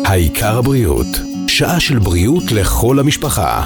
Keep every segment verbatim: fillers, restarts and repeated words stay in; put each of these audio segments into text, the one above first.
העיקר הבריאות, שעה של בריאות לכל המשפחה.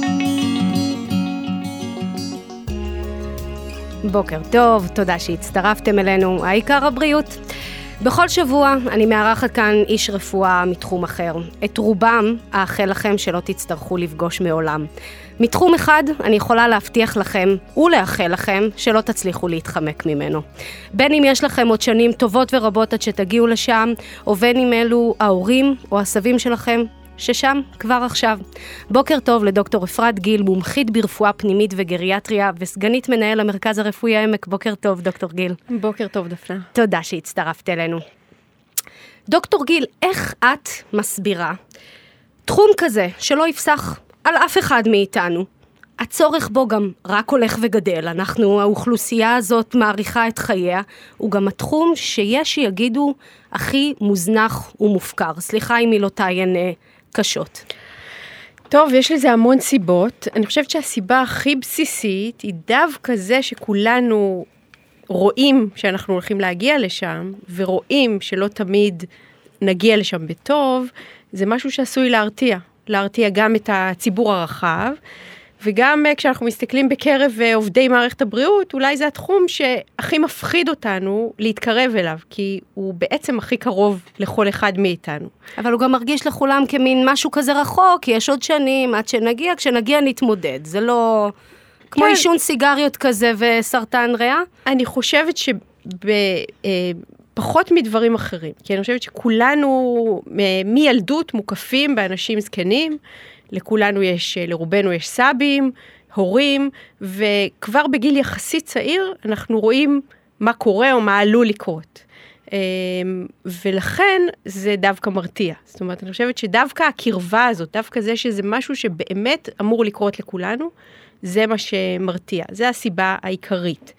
בוקר טוב, תודה שהצטרפתם אלינו, העיקר הבריאות. בכל שבוע אני מארחת כאן איש רפואה מתחום אחר. את רובם אאחל לכם שלא תצטרכו לפגוש מעולם. מתחום אחד אני יכולה להבטיח לכם ולאחל לכם שלא תצליחו להתחמק ממנו. בין אם יש לכם עוד שנים טובות ורבות עד שתגיעו לשם, או בין אם אלו ההורים או הסבים שלכם, ששם כבר עכשיו. בוקר טוב לדוקטור אפרת גיל, מומחית ברפואה פנימית וגריאטריה וסגנית מנהל המרכז הרפואי העמק. בוקר טוב דוקטור גיל. בוקר טוב דפנה. תודה שהצטרפת אלינו. דוקטור גיל, איך את מסבירה תחום כזה שלא יפסח על אף אחד מאיתנו? הצורך בו גם רק הולך וגדל, אנחנו, האוכלוסייה הזאת מעריכה את חייה, הוא גם התחום שיש שיגידו הכי מוזנח ומופקר. סליחה אם מילותיי הן קשות. טוב, יש לזה המון סיבות. אני חושבת שהסיבה הכי בסיסית היא דווקא זה שכולנו רואים שאנחנו הולכים להגיע לשם, ורואים שלא תמיד נגיע לשם בטוב, זה משהו שעשוי להרתיע. להרתיע גם את הציבור הרחב, וגם כשאנחנו מסתכלים בקרב עובדי מערכת הבריאות, אולי זה התחום שהכי מפחיד אותנו להתקרב אליו, כי הוא בעצם הכי קרוב לכל אחד מאיתנו. אבל הוא גם מרגיש לכולם כמין משהו כזה רחוק, כי יש עוד שנים עד שנגיע, כשנגיע נתמודד. זה לא כמו כן. עישון סיגריות כזה וסרטן ריאה? אני חושבת שבפחות מדברים אחרים, כי אני חושבת שכולנו מילדות מוקפים באנשים זקנים, לכולנו יש, לרובנו יש סבים, הורים, וכבר בגיל יחסית צעיר אנחנו רואים מה קורה או מה עלול לקרות. ולכן זה דווקא מרתיע. זאת אומרת, אני חושבת שדווקא הקרבה הזאת, דווקא זה שזה משהו שבאמת אמור לקרות לכולנו, זה מה שמרתיע. זה הסיבה העיקרית.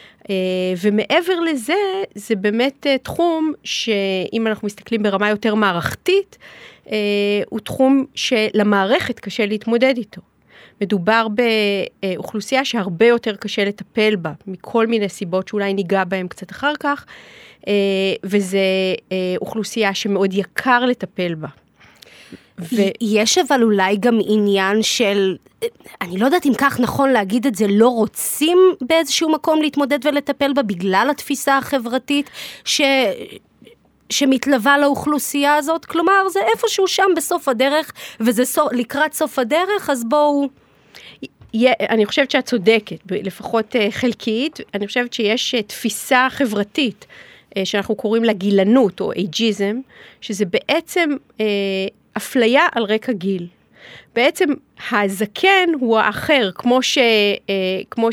ומעבר לזה, זה באמת תחום שאם אנחנו מסתכלים ברמה יותר מערכתית, הוא תחום שלמערכת קשה להתמודד איתו. מדובר באוכלוסייה שהרבה יותר קשה לטפל בה, מכל מיני סיבות שאולי ניגע בהם קצת אחר כך, וזה אוכלוסייה שמאוד יקר לטפל בה. ו... יש אבל אולי גם עניין של, אני לא יודעת אם כך נכון להגיד את זה, לא רוצים באיזשהו מקום להתמודד ולטפל בה בגלל התפיסה החברתית ש... שמתלווה לאוכלוסייה הזאת, כלומר זה איפשהו שם בסוף הדרך, וזה סוף, לקראת סוף הדרך, אז בואו... אני חושבת שאת צודקת, לפחות חלקית, אני חושבת שיש תפיסה חברתית, שאנחנו קוראים לה גילנות או אייג'יזם, שזה בעצם אפליה על רקע גיל. בעצם הזקן הוא האחר, כמו, ש, כמו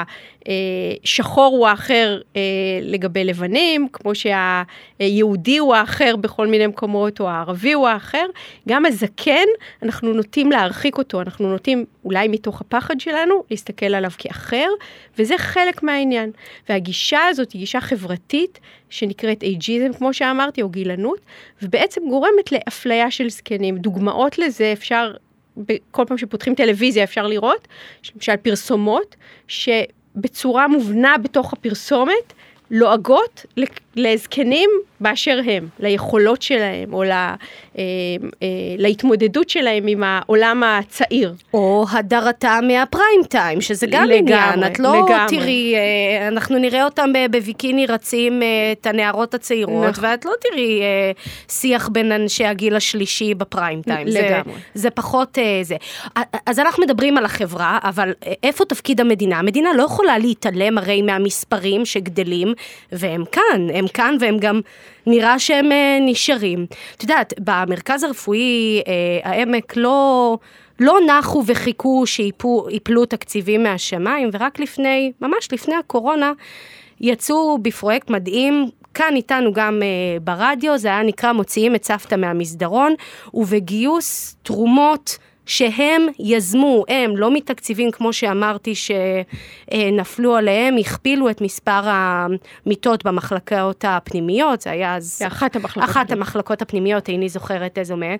שהשחור הוא האחר לגבי לבנים, כמו שהיהודי הוא האחר בכל מיני מקומות, או הערבי הוא האחר, גם הזקן, אנחנו נוטים להרחיק אותו, אנחנו נוטים אולי מתוך הפחד שלנו, להסתכל עליו כאחר, וזה חלק מהעניין. והגישה הזאת היא גישה חברתית, שנקראת אייג'יזם, כמו שאמרתי, או גילנות, ובעצם גורמת לאפליה של זקנים. דוגמאות לזה אפשר... בכל פעם שפותחים טלוויזיה אפשר לראות, למשל פרסומות, שבצורה מובנה בתוך הפרסומת, לועגות לזקנים באשר הם, ליכולות שלהם, או לה, אה, אה, להתמודדות שלהם עם העולם הצעיר. או הדרתה מהפריים טיים, שזה גם לגמרי, עניין. את לא לגמרי. תראי, אה, אנחנו נראה אותם בביקיני רצים אה, את הנערות הצעירות, נכון. ואת לא תראי אה, שיח בין אנשי הגיל השלישי בפריים טיים. לגמרי. זה, זה פחות אה, זה. אז אנחנו מדברים על החברה, אבל איפה תפקיד המדינה? המדינה לא יכולה להתעלם הרי מהמספרים שגדלים, והם כאן, הם כאן והם גם נראה שהם נשארים. את יודעת, במרכז הרפואי העמק לא, לא נחו וחיכו שיפלו תקציבים מהשמיים, ורק לפני, ממש לפני הקורונה, יצאו בפרויקט מדהים, כאן איתנו גם ברדיו, זה היה נקרא מוציאים את סבתא מהמסדרון, ובגיוס תרומות שהם יזמו, הם לא מתקציבים כמו שאמרתי שנפלו עליהם, הכפילו את מספר המיטות במחלקות הפנימיות, זה היה אז אחת המחלקות, אחת המחלקות הפנימיות, איני זוכרת איזו מהן.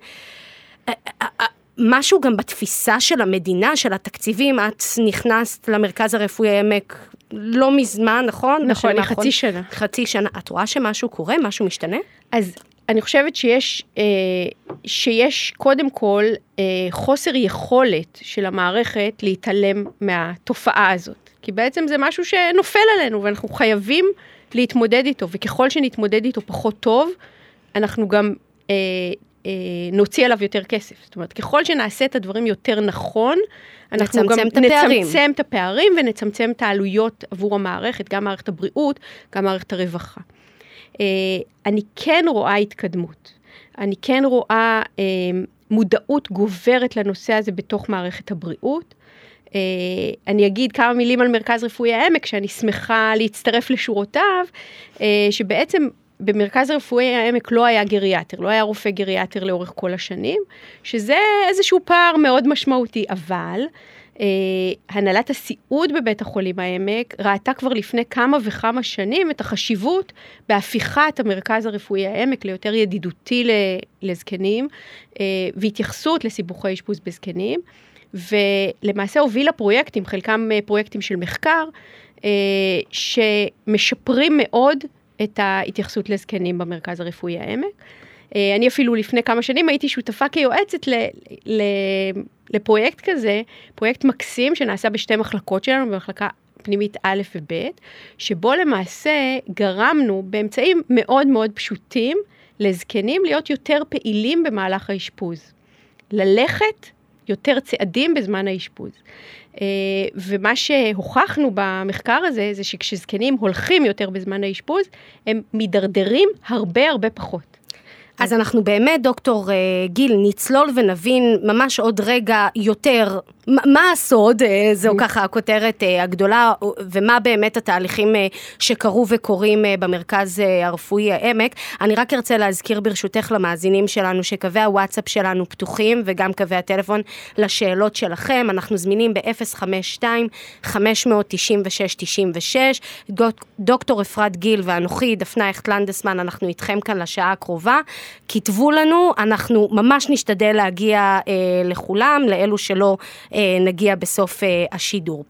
משהו גם בתפיסה של המדינה, של התקציבים, את נכנסת למרכז הרפואי העמק לא מזמן, נכון? נכון, חצי שנה. חצי שנה. את רואה שמשהו קורה, משהו משתנה? אז אני חושבת שיש אה, שיש קודם כל חוסר יכולת של המערכת להתעלם מהתופעה הזאת. כי בעצם זה משהו שנופל עלינו, ואנחנו חייבים להתמודד איתו, וככל שנתמודד איתו פחות טוב, אנחנו גם אה, אה, נוציא עליו יותר כסף. זאת אומרת, ככל שנעשה את הדברים יותר נכון, אנחנו גם את הפערים. נצמצם את הפערים, ונצמצם את העלויות עבור המערכת, גם מערכת הבריאות, גם מערכת הרווחה. אה, אני כן רואה התקדמות. אני כן רואה אה, מודעות גוברת לנושא הזה בתוך מערכת הבריאות. Uh, אני אגיד כמה מילים על מרכז רפואי העמק, שאני שמחה להצטרף לשורותיו, uh, שבעצם במרכז רפואי העמק לא היה גריאטר, לא היה רופא גריאטר לאורך כל השנים, שזה איזשהו פער מאוד משמעותי, אבל uh, הנהלת הסיעוד בבית החולים העמק ראתה כבר לפני כמה וכמה שנים את החשיבות בהפיכת המרכז הרפואי העמק ליותר ידידותי לזקנים, uh, והתייחסות לסיבוכי אשפוז בזקנים, ולמעשה הובילה פרויקטים, חלקם פרויקטים של מחקר, שמשפרים מאוד את ההתייחסות לזקנים במרכז הרפואי העמק. אני אפילו לפני כמה שנים הייתי שותפה כיועצת ל, ל, לפרויקט כזה, פרויקט מקסים שנעשה בשתי מחלקות שלנו, במחלקה פנימית א' וב', שבו למעשה גרמנו באמצעים מאוד מאוד פשוטים לזקנים להיות יותר פעילים במהלך האשפוז. ללכת יותר צעדים בזמן האשפוז. ומה שהוכחנו במחקר הזה, זה שכשזקנים הולכים יותר בזמן האשפוז, הם מדרדרים הרבה הרבה פחות. אז אנחנו באמת, דוקטור גיל, נצלול ונבין ממש עוד רגע יותר, מה הסוד, זו ככה הכותרת הגדולה, ומה באמת התהליכים שקרו וקורים במרכז הרפואי העמק. אני רק ארצה להזכיר ברשותך למאזינים שלנו, שקווי הוואטסאפ שלנו פתוחים, וגם קווי הטלפון לשאלות שלכם. אנחנו זמינים ב-אפס חמש שתיים חמש תשע שש תשע שש. דוקטור אפרת גיל ואנוכי, דפנה הכט-לנדסמן, אנחנו איתכם כאן לשעה הקרובה. כתבו לנו, אנחנו ממש נשתדל להגיע אה, לכולם, לאלו שלא אה, נגיע בסוף אה, השידור.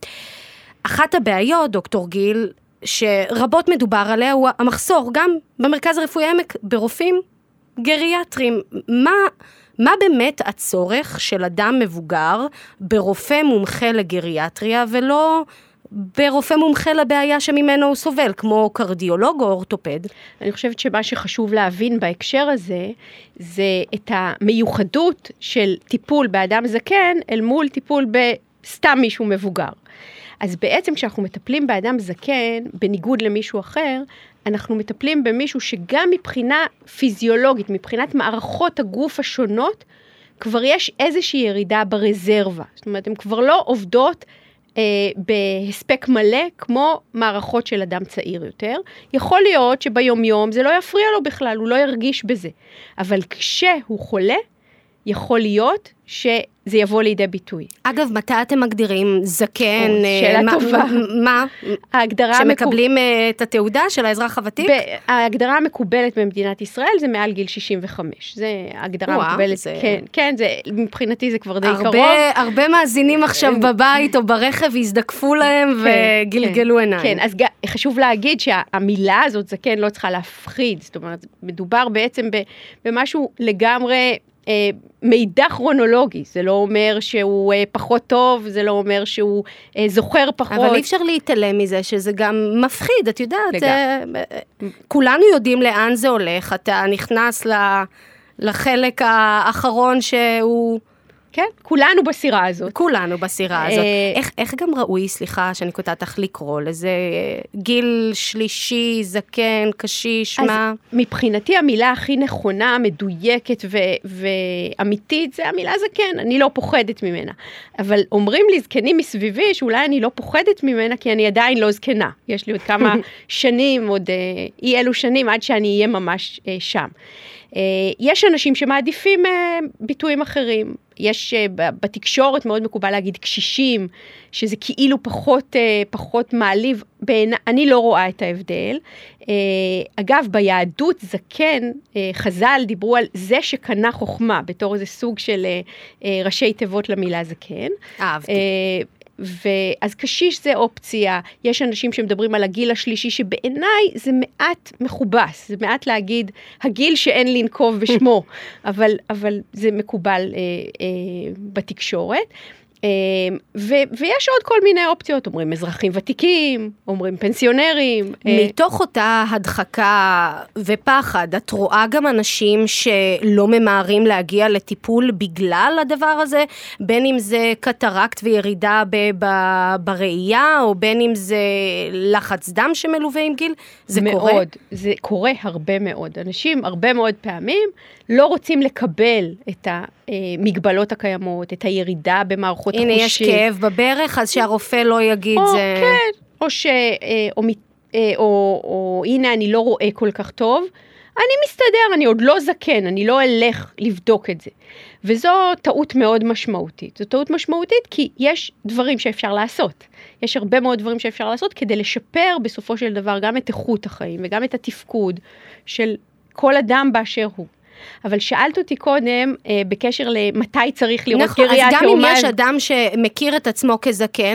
אחת הבעיות, דוקטור גיל, שרבות מדובר עליה, הוא המחסור גם במרכז הרפואי העמק ברופאים גריאטרים. מה, מה באמת הצורך של אדם מבוגר ברופא מומחה לגריאטריה, ולא ברופא מומחה לבעיה שממנו הוא סובל, כמו קרדיולוג או אורתופד? אני חושבת שמה שחשוב להבין בהקשר הזה, זה את המיוחדות של טיפול באדם זקן, אל מול טיפול בסתם מישהו מבוגר. אז בעצם כשאנחנו מטפלים באדם זקן, בניגוד למישהו אחר, אנחנו מטפלים במישהו שגם מבחינה פיזיולוגית, מבחינת מערכות הגוף השונות, כבר יש איזושהי ירידה ברזרבה. זאת אומרת, הן כבר לא עובדות אה, בהספק מלא, כמו מערכות של אדם צעיר יותר. יכול להיות שביום יום זה לא יפריע לו בכלל, הוא לא ירגיש בזה. אבל כשהוא חולה, יכול להיות שזה יבוא לידי ביטוי. אגב, מתי אתם מגדירים זקן? שאלה מה, טובה. מה? ההגדרה שמקבלים המקוב... את התעודה של האזרח הוותיק? ההגדרה המקובלת במדינת ישראל זה מעל גיל שישים וחמש. זה ההגדרה וואו, המקובלת. זה... כן, כן, זה, מבחינתי זה כבר די הרבה, קרוב. הרבה מאזינים עכשיו בבית או ברכב הזדקפו להם כן, וגלגלו כן, עיניים. כן, אז חשוב להגיד שהמילה הזאת זקן לא צריכה להפחיד. זאת אומרת, מדובר בעצם במשהו לגמרי מידע כרונולוגי, זה לא אומר שהוא פחות טוב, זה לא אומר שהוא זוכר פחות. אבל אי אפשר להתעלם מזה, שזה גם מפחיד, את יודעת, כולנו יודעים לאן זה הולך, אתה נכנס לחלק האחרון שהוא... כן, כולנו בסירה הזאת. כולנו בסירה הזאת. איך, איך גם ראוי, סליחה, שאני קוטעת לך לקרוא לזה, גיל שלישי, זקן, קשיש, מה? מבחינתי המילה הכי נכונה, מדויקת ו- ואמיתית, זה המילה זקן, אני לא פוחדת ממנה. אבל אומרים לי זקנים מסביבי, שאולי אני לא פוחדת ממנה, כי אני עדיין לא זקנה. יש לי עוד כמה שנים, עוד אי אלו שנים, עד שאני אהיה ממש שם. יש אנשים שמעדיפים ביטויים אחרים. יש בתקשורת מאוד מקובל להגיד קשישים, שזה כאילו פחות, פחות מעליב. אני לא רואה את ההבדל. אגב, ביהדות זקן, חז"ל דיברו על זה שקנה חוכמה, בתור איזה סוג של ראשי תיבות למילה זקן. אהבתי. ואז קשיש זה אופציה, יש אנשים שמדברים על הגיל השלישי, שבעיניי זה מעט מכובס, זה מעט להגיד, הגיל שאין לנקוב בשמו, אבל, אבל זה מקובל אה, אה, בתקשורת. ו- ויש עוד כל מיני אופציות, אומרים אזרחים ותיקים, אומרים פנסיונרים. מתוך אותה הדחקה ופחד, את רואה גם אנשים שלא ממהרים להגיע לטיפול בגלל הדבר הזה, בין אם זה קטרקט וירידה ב- ב- בראייה, או בין אם זה לחץ דם שמלווה עם גיל, זה מאוד, קורה? זה קורה הרבה מאוד. אנשים הרבה מאוד פעמים לא רוצים לקבל את המגבלות הקיימות, את הירידה במערכות החושים. הנה יש כאב בברך, אז שהרופא לא יגיד או, זה... כן, או ש... או, או, או, או הנה אני לא רואה כל כך טוב, אני מסתדר, אני עוד לא זקן, אני לא אלך לבדוק את זה. וזו טעות מאוד משמעותית. זו טעות משמעותית כי יש דברים שאפשר לעשות. יש הרבה מאוד דברים שאפשר לעשות כדי לשפר בסופו של דבר גם את איכות החיים וגם את התפקוד של כל אדם באשר הוא. אבל שאלת אותי קודם, אה, בקשר למתי צריך לראות נכון, גריאטר. אז גם אם מה... יש אדם שמכיר את עצמו כזקן,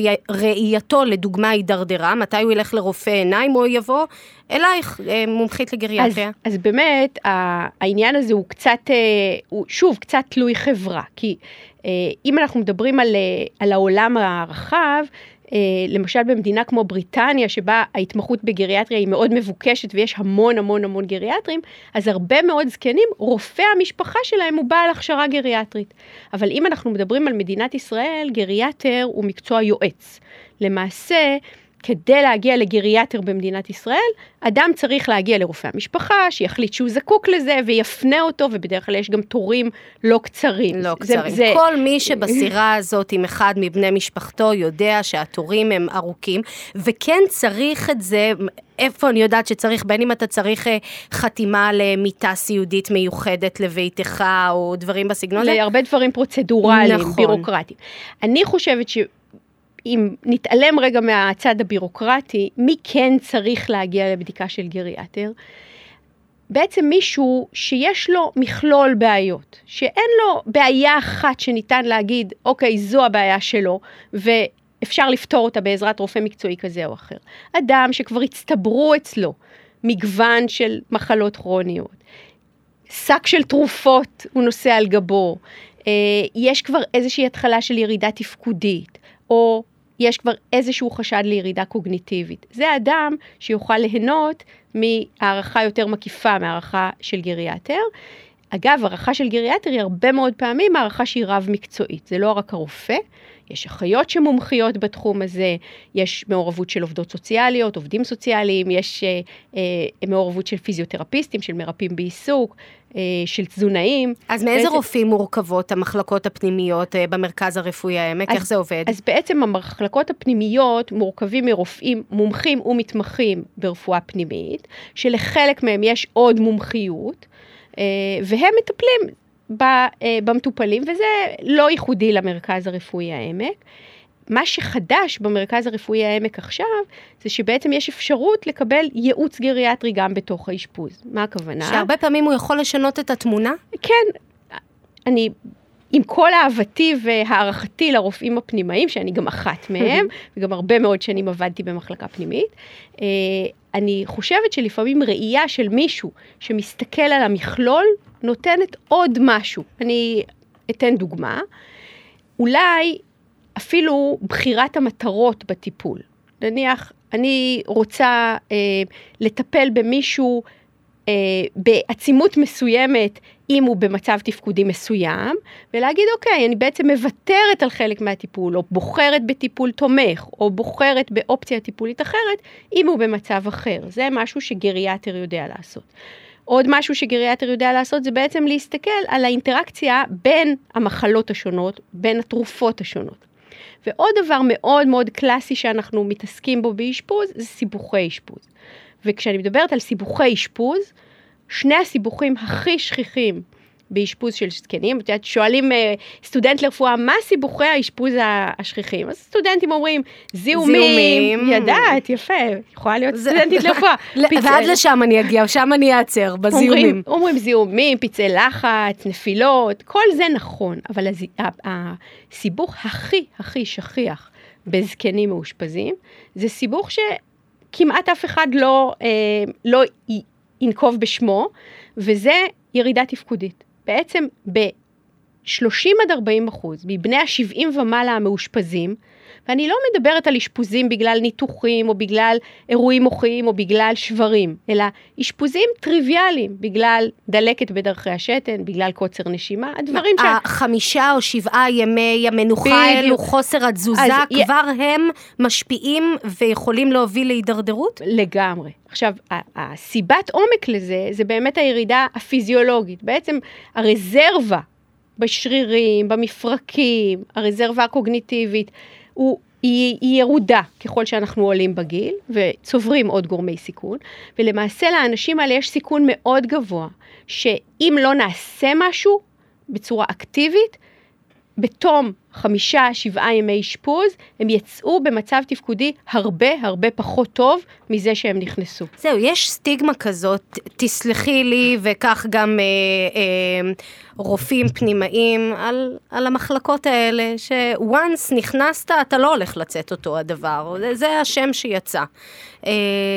וראייתו לדוגמה הידרדרה, מתי הוא ילך לרופא עיניים, או יבוא אלייך, אה, מומחית לגריאטריה? אז, אז באמת, העניין הזה הוא קצת, אה, הוא, שוב, קצת תלוי חברה, כי אה, אם אנחנו מדברים על, על העולם הרחב, למשל במדינה כמו בריטניה, שבה ההתמחות בגריאטריה היא מאוד מבוקשת, ויש המון המון המון גריאטרים, אז הרבה מאוד זקנים, רופא המשפחה שלהם הוא בעל הכשרה גריאטרית. אבל אם אנחנו מדברים על מדינת ישראל, גריאטר הוא מקצוע יועץ. למעשה, כדי להגיע לגריאטר במדינת ישראל, אדם צריך להגיע לרופא המשפחה, שיחליט שהוא זקוק לזה, ויפנה אותו, ובדרך כלל יש גם תורים לא קצרים. לא קצרים. זה, זה... כל מי שבסירה הזאת עם אחד מבני משפחתו, יודע שהתורים הם ארוכים, וכן צריך את זה, איפה אני יודעת שצריך, בין אם אתה צריך חתימה למיטה סיעודית מיוחדת לביתך, או דברים בסגנון הזה? להרבה דברים פרוצדורליים, נכון. בירוקרטיים. אני חושבת ש... אם נתעלם רגע מהצד הבירוקרטי, מי כן צריך להגיע לבדיקה של גריאטר? בעצם מישהו שיש לו מכלול בעיות, שאין לו בעיה אחת שניתן להגיד, אוקיי, זו הבעיה שלו, ואפשר לפתור אותה בעזרת רופא מקצועי כזה או אחר. אדם שכבר הצטברו אצלו מגוון של מחלות כרוניות, שק של תרופות הוא נושא על גבו, יש כבר איזושהי התחלה של ירידה תפקודית, או יש כבר איזשהו חשד לירידה קוגניטיבית. זה אדם שיוכל ליהנות מהערכה יותר מקיפה, מהערכה של גריאטר. אגב, הערכה של גריאטר היא הרבה מאוד פעמים הערכה שהיא רב מקצועית. זה לא רק הרופא, יש אחיות שמומחיות בתחום הזה, יש מעורבות של עובדות סוציאליות, עובדים סוציאליים, יש אה, אה, מעורבות של פיזיותרפיסטים, של מרפאים בעיסוק, אה, של תזונאים. אז מאיזה בעצם... רופאים מורכבות המחלקות הפנימיות אה, במרכז הרפואי העמק? איך זה עובד? אז בעצם המחלקות הפנימיות מורכבים מרופאים מומחים ומתמחים ברפואה פנימית, שלחלק מהם יש עוד מומחיות, אה, והם מטפלים במטופלים, וזה לא ייחודי למרכז הרפואי העמק. מה שחדש במרכז הרפואי העמק עכשיו, זה שבעצם יש אפשרות לקבל ייעוץ גריאטרי גם בתוך האשפוז. מה הכוונה? שהרבה פעמים הוא יכול לשנות את התמונה? כן, אני, עם כל אהבתי והערכתי לרופאים הפנימיים, שאני גם אחת מהם, וגם הרבה מאוד שנים עבדתי במחלקה פנימית, אני חושבת שלפעמים ראייה של מישהו שמסתכל על המכלול, נותנת עוד משהו. אני אתן דוגמה. אולי אפילו בחירת המטרות בטיפול. נניח, אני רוצה אה, לטפל במישהו אה, בעצימות מסוימת, אם הוא במצב תפקודי מסוים, ולהגיד, אוקיי, אני בעצם מוותרת על חלק מהטיפול, או בוחרת בטיפול תומך, או בוחרת באופציה טיפולית אחרת, אם הוא במצב אחר. זה משהו שגריאטר יודע לעשות. עוד משהו שגריאטר יודע לעשות, זה בעצם להסתכל על האינטראקציה בין המחלות השונות, בין התרופות השונות. ועוד דבר מאוד מאוד קלאסי שאנחנו מתעסקים בו באשפוז, זה סיבוכי אשפוז. וכשאני מדברת על סיבוכי אשפוז, שני הסיבוכים הכי שכיחים באשפוז של זקנים, שואלים סטודנט לרפואה, מה סיבוכי האשפוז השכיחים? אז סטודנטים אומרים, זיהומים, ידעת, יפה, יכולה להיות סטודנטית לרפואה. ועד לשם אני אגיע, שם אני אעצר, בזיהומים. אומרים זיהומים, פצעי לחץ, נפילות, כל זה נכון, אבל הסיבוך הכי הכי שכיח בזקנים מאושפזים, זה סיבוך שכמעט אף אחד לא, אה, לא ינקוב בשמו, וזה ירידה תפקודית. בעצם ב-שלושים עד ארבעים אחוז מבני ה-שבעים ומעלה המאושפזים, ואני לא מדברת על אשפוזים בגלל ניתוחים, או בגלל אירועים מוחיים, או בגלל שברים, אלא אשפוזים טריוויאליים, בגלל דלקת בדרכי השתן, בגלל קוצר נשימה, הדברים ש... החמישה או שבעה ימי המנוחה האלו, חוסר התזוזה, כבר הם משפיעים ויכולים להוביל להידרדרות? לגמרי. עכשיו, הסיבת עומק לזה, זה באמת הירידה הפיזיולוגית. בעצם הרזרבה בשרירים, במפרקים, הרזרבה הקוגניטיבית, הוא, היא, היא ירודה ככל שאנחנו עולים בגיל, וצוברים עוד גורמי סיכון, ולמעשה לאנשים האלה יש סיכון מאוד גבוה, שאם לא נעשה משהו בצורה אקטיבית, בתום חמישה, שבעה ימי אשפוז, הם יצאו במצב תפקודי הרבה הרבה פחות טוב מזה שהם נכנסו. זהו, יש סטיגמה כזאת, תסלחי לי, וכך גם אה, אה, רופאים פנימיים על, על המחלקות האלה, ש-once נכנסת, אתה לא הולך לצאת אותו הדבר, זה, זה השם שיצא. אה,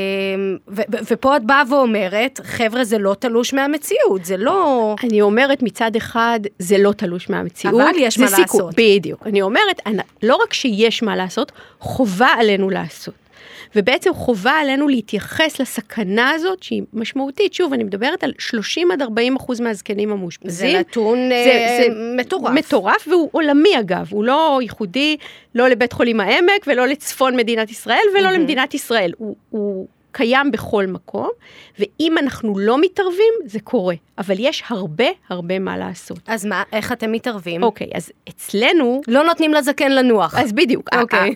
ו- ו- ופה את באה ואומרת, חבר'ה, זה לא תלוש מהמציאות, זה לא... אני אומרת מצד אחד, זה לא תלוש מהמציאות. אבל יש מה סיכון, לעשות. בדיוק. אני אומרת, לא רק שיש מה לעשות, חובה עלינו לעשות. ובעצם חובה עלינו להתייחס לסכנה הזאת, שהיא משמעותית. שוב, אני מדברת על שלושים עד ארבעים אחוז מהזקנים המאושפזים. זה נתון זה, זה מטורף. מטורף, והוא עולמי אגב. הוא לא ייחודי, לא לבית חולים העמק, ולא לצפון מדינת ישראל, ולא למדינת ישראל. הוא, הוא קיים בכל מקום, ואם אנחנו לא מתערבים, זה קורה. אבל יש הרבה, הרבה מה לעשות. אז מה, איך אתם מתערבים? אוקיי, אז אצלנו... לא נותנים לזקן לנוח. אז בדיוק. אוקיי.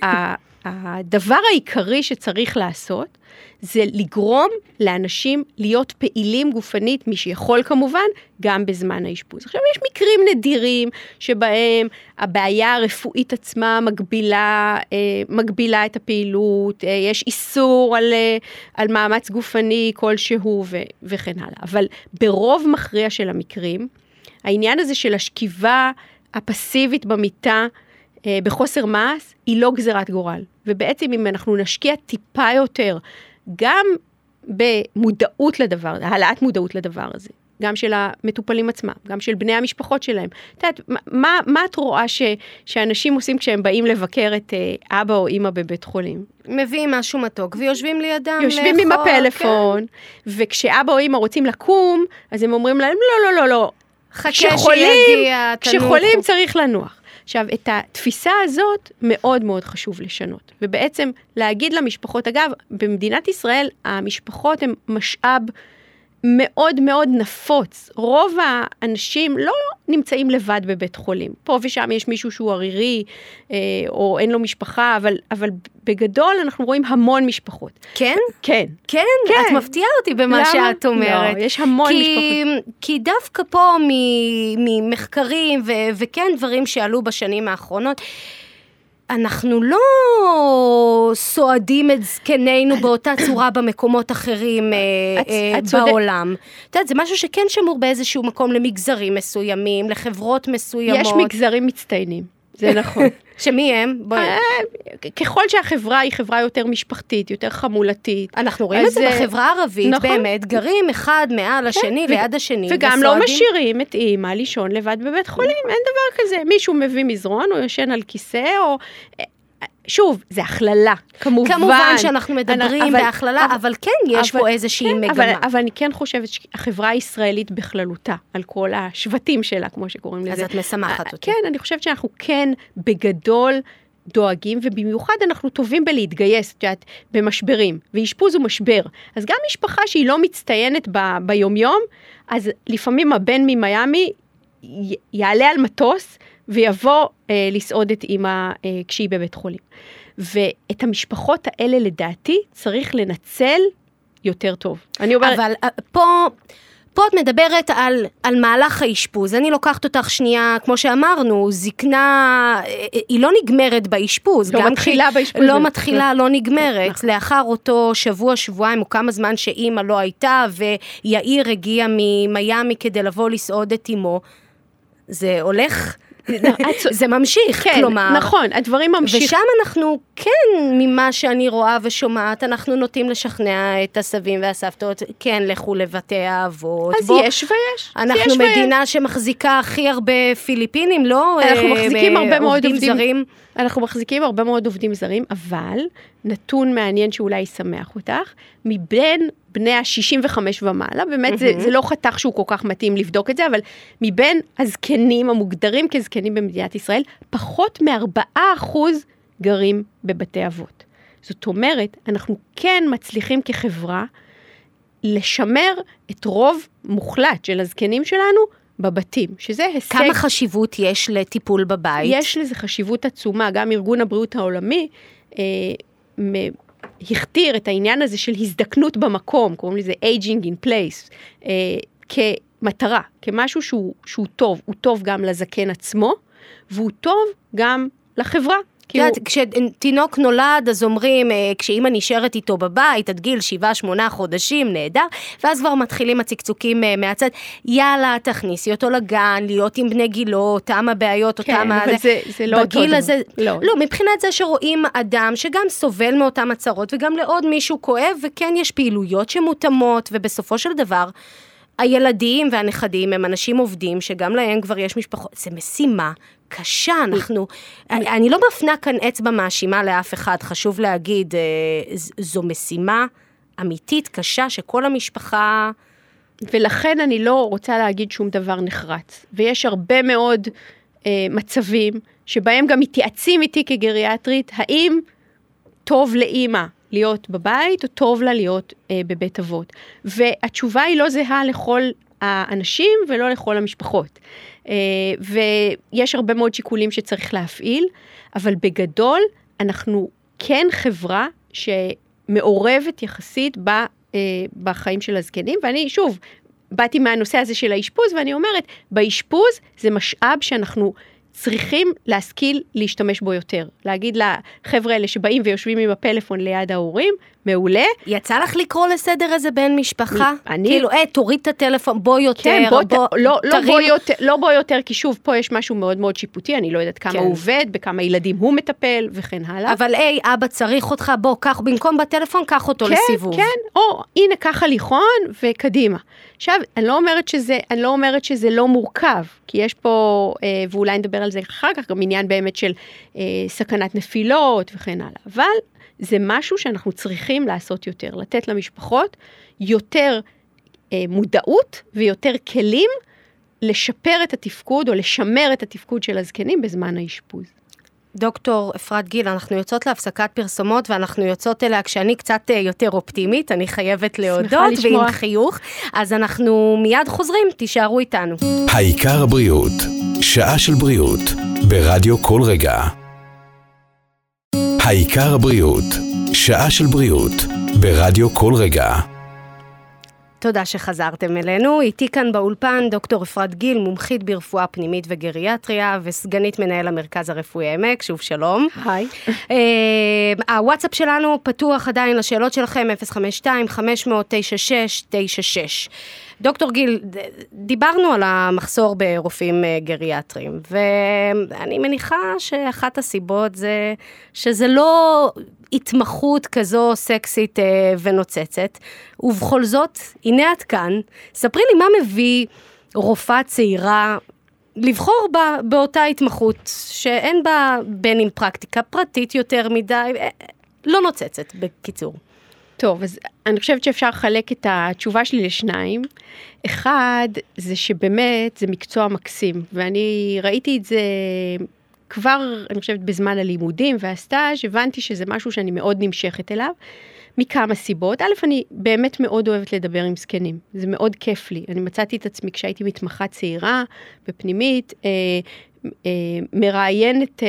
הדבר העיקרי שצריך לעשות, זה לגרום לאנשים להיות פעילים גופנית, מי שיכול כמובן, גם בזמן האשפוז. עכשיו, יש מקרים נדירים שבהם הבעיה הרפואית עצמה מגבילה, מגבילה את הפעילות, יש איסור על, על מאמץ גופני כלשהו ו, וכן הלאה. אבל ברוב מכריע של המקרים, העניין הזה של השכיבה הפסיבית במיטה, בחוסר מעש, היא לא גזירת גורל. ובעצם אם אנחנו נשקיע טיפה יותר, גם במודעות לדבר, העלאת מודעות לדבר הזה, גם של המטופלים עצמם, גם של בני המשפחות שלהם. את יודעת, מה, מה את רואה ש, שאנשים עושים כשהם באים לבקר את אבא או אמא בבית חולים? מביאים משהו מתוק ויושבים לידם. יושבים עם הפלאפון, כן. וכשאבא או אמא רוצים לקום, אז הם אומרים להם, לא, לא, לא, לא. חכה שיגיע, כשחולים צריך לנוח. עכשיו, את התפיסה הזאת מאוד מאוד חשוב לשנות, ובעצם להגיד למשפחות, אגב, במדינת ישראל המשפחות הן משאב מאוד מאוד נפוץ, רוב האנשים לא נמצאים לבד בבית חולים, פה ושם יש מישהו שהוא ערירי, או אין לו משפחה, אבל, אבל בגדול אנחנו רואים המון משפחות. כן? כן. כן? כן. את מפתיעה אותי במה למה? שאת אומרת. לא, יש המון כי, משפחות. כי דווקא פה ממחקרים, ו, וכן דברים שעלו בשנים האחרונות, אנחנו לא סועדים את זקנינו באותה צורה במקומות אחרים בעולם. את יודעת, זה משהו שכן שמור באיזשהו מקום למגזרים מסוימים, לחברות מסוימות. יש מגזרים מצטיינים, זה נכון. שמי הם? ככל שהחברה היא חברה יותר משפחתית, יותר חמולתית. אנחנו רואים את זה בחברה הערבית, באמת, גרים אחד מעל השני, ליד השני. וגם לא משאירים את אימא לישון לבד בבית חולים, אין דבר כזה. מישהו מביא מזרון, או ישן על כיסא, או... שוב, זה הכללה, כמובן. כמובן שאנחנו מדברים בהכללה, אבל כן יש פה איזושהי מגמה. אבל אני כן חושבת שהחברה הישראלית בכללותה, על כל השבטים שלה, כמו שקוראים לזה. אז את משמחת אותי. כן, אני חושבת שאנחנו כן בגדול דואגים, ובמיוחד אנחנו טובים בלהתגייס, את יודעת, במשברים, ואשפוז הוא משבר. אז גם משפחה שהיא לא מצטיינת ביומיום, אז לפעמים הבן ממיימי יעלה על מטוס, ויבוא אה, לסעוד את אמא אה, כשהיא בבית חולים. ואת המשפחות האלה לדעתי צריך לנצל יותר טוב. אני אומר... אבל פה, פה את מדברת על, על מהלך האשפוז. אני לוקחת אותך שנייה, כמו שאמרנו, זקנה, היא לא נגמרת באשפוז. לא מתחילה באשפוז. לא מתחילה, לא נגמרת. לאחר אותו שבוע, שבועיים, או כמה זמן שאמא לא הייתה, ויאיר הגיע ממיימי כדי לבוא לסעוד את אמו, זה הולך... זה ממשיך, כן, כלומר. נכון, הדברים ממשיך. ושם אנחנו, כן, ממה שאני רואה ושומעת, אנחנו נוטים לשכנע את הסבים והסבתות, כן, לכו לבתי האבות. אז בוא, יש ויש. אנחנו יש מדינה ויש. שמחזיקה הכי הרבה פיליפינים, לא? אנחנו מחזיקים הרבה מאוד עובדים זרים. אנחנו מחזיקים הרבה מאוד עובדים זרים, אבל נתון מעניין שאולי ישמח אותך, מבין בני ה-שישים וחמש ומעלה, באמת זה, זה לא חתך שהוא כל כך מתאים לבדוק את זה, אבל מבין הזקנים המוגדרים כזקנים במדינת ישראל, פחות מ-ארבעה אחוז גרים בבתי אבות. זאת אומרת, אנחנו כן מצליחים כחברה לשמר את רוב מוחלט של הזקנים שלנו בבתים, שזה הישג. כמה חשיבות יש לטיפול בבית? יש לזה חשיבות עצומה, גם ארגון הבריאות העולמי אה, מ- הכתיר את העניין הזה של הזדקנות במקום, קוראים לזה aging in place, אה, כמטרה, כמשהו שהוא, שהוא טוב, הוא טוב גם לזקן עצמו, והוא טוב גם לחברה. כשתינוק נולד, אז אומרים, כשאמא נשארת איתו בבית, עד גיל שבעה, שמונה חודשים, נהדר, ואז כבר מתחילים הצקצוקים מהצד, יאללה, תכניסי אותו לגן, להיות עם בני גילו, אותם הבעיות, אותם... כן, אבל זה, זה לא אותו דבר. הזה, לא. לא, מבחינת זה שרואים אדם שגם סובל מאותם הצרות, וגם לעוד מישהו כואב, וכן יש פעילויות שמותאמות, ובסופו של דבר, הילדים והנכדים הם אנשים עובדים, שגם להם כבר יש משפחות, זה משימה קשה, אנחנו, אני לא מפנה כאן אצבע מאשימה לאף אחד, חשוב להגיד, זו משימה אמיתית, קשה, שכל המשפחה... ולכן אני לא רוצה להגיד שום דבר נחרץ, ויש הרבה מאוד אה, מצבים, שבהם גם מתייעצים איתי כגריאטרית, האם טוב לאמא להיות בבית, או טוב לה להיות אה, בבית אבות. והתשובה היא לא זהה לכל האנשים, ולא לכל המשפחות. אה, ויש הרבה מאוד שיקולים שצריך להפעיל, אבל בגדול, אנחנו כן חברה שמעורבת יחסית ב, אה, בחיים של הזקנים, ואני שוב, באתי מהנושא הזה של האשפוז, ואני אומרת, באשפוז זה משאב שאנחנו צריכים להשכיל להשתמש בו יותר. להגיד לחבר'ה האלה שבאים ויושבים עם הפלאפון ליד ההורים, מעולה. יצא לך לקרוא לסדר איזה בן משפחה? אני... כאילו, אה, תוריד את הטלפון, בוא יותר. כן, בוא, בוא, ת... לא, תרים... לא, בוא יותר, לא בוא יותר, כי שוב, פה יש משהו מאוד מאוד שיפוטי, אני לא יודעת כמה כן. הוא עובד, בכמה ילדים הוא מטפל, וכן הלאה. אבל היי, אבא צריך אותך, בוא, קח, במקום בטלפון, קח אותו כן, לסיבוב. כן, כן, או, הנה, ככה ליחון, וקדימה. עכשיו, אני לא אומרת שזה, אני לא אומרת שזה לא מורכב, כי יש פה, אה, ואולי נדבר על זה אחר כך, גם עניין באמת של אה, סכנת נפילות, וכן הלאה. אבל זה משהו שאנחנו צריכים לעשות יותר, לתת למשפחות יותר אה, מודעות ויותר כלים לשפר את התפקוד או לשמר את התפקוד של הזקנים בזמן האשפוז. דוקטור אפרת גיל, אנחנו יוצאות להפסקת פרסומות, ואנחנו יוצאות אליה כשאני קצת יותר אופטימית, אני חייבת להודות ועם חיוך, אז אנחנו מיד חוזרים, תישארו איתנו. העיקר הבריאות, שעה של בריאות, ברדיו כל רגע. העיקר הבריאות, שעה של בריאות, ברדיו כל רגע. תודה שחזרתם אלינו. איתי כאן באולפן דוקטור אפרת גיל, מומחית ברפואה פנימית וגריאטריה, וסגנית מנהל המרכז הרפואי העמק. שוב שלום. היי. הוואטסאפ שלנו פתוח עדיין לשאלות שלכם, אפס חמש שתיים חמש אפס אפס תשע שש תשע שש. דוקטור גיל, דיברנו על המחסור ברופאים גריאטריים, ואני מניחה שאחת הסיבות זה שזה לא התמחות כזו סקסית ונוצצת, ובכל זאת, הנה את כאן, ספרי לי מה מביא רופאה צעירה לבחור בה באותה התמחות, שאין בה בין עם פרקטיקה פרטית יותר מדי, לא נוצצת בקיצור. טוב, אז אני חושבת שאפשר לחלק את התשובה שלי לשניים. אחד, זה שבאמת זה מקצוע מקסים, ואני ראיתי את זה כבר, אני חושבת, בזמן הלימודים והסטאז', הבנתי שזה משהו שאני מאוד נמשכת אליו, מכמה סיבות. א', אני באמת מאוד אוהבת לדבר עם זקנים, זה מאוד כיף לי. אני מצאתי את עצמי כשהייתי מתמחה צעירה בפנימית, אה, אה, מראיינת... אה,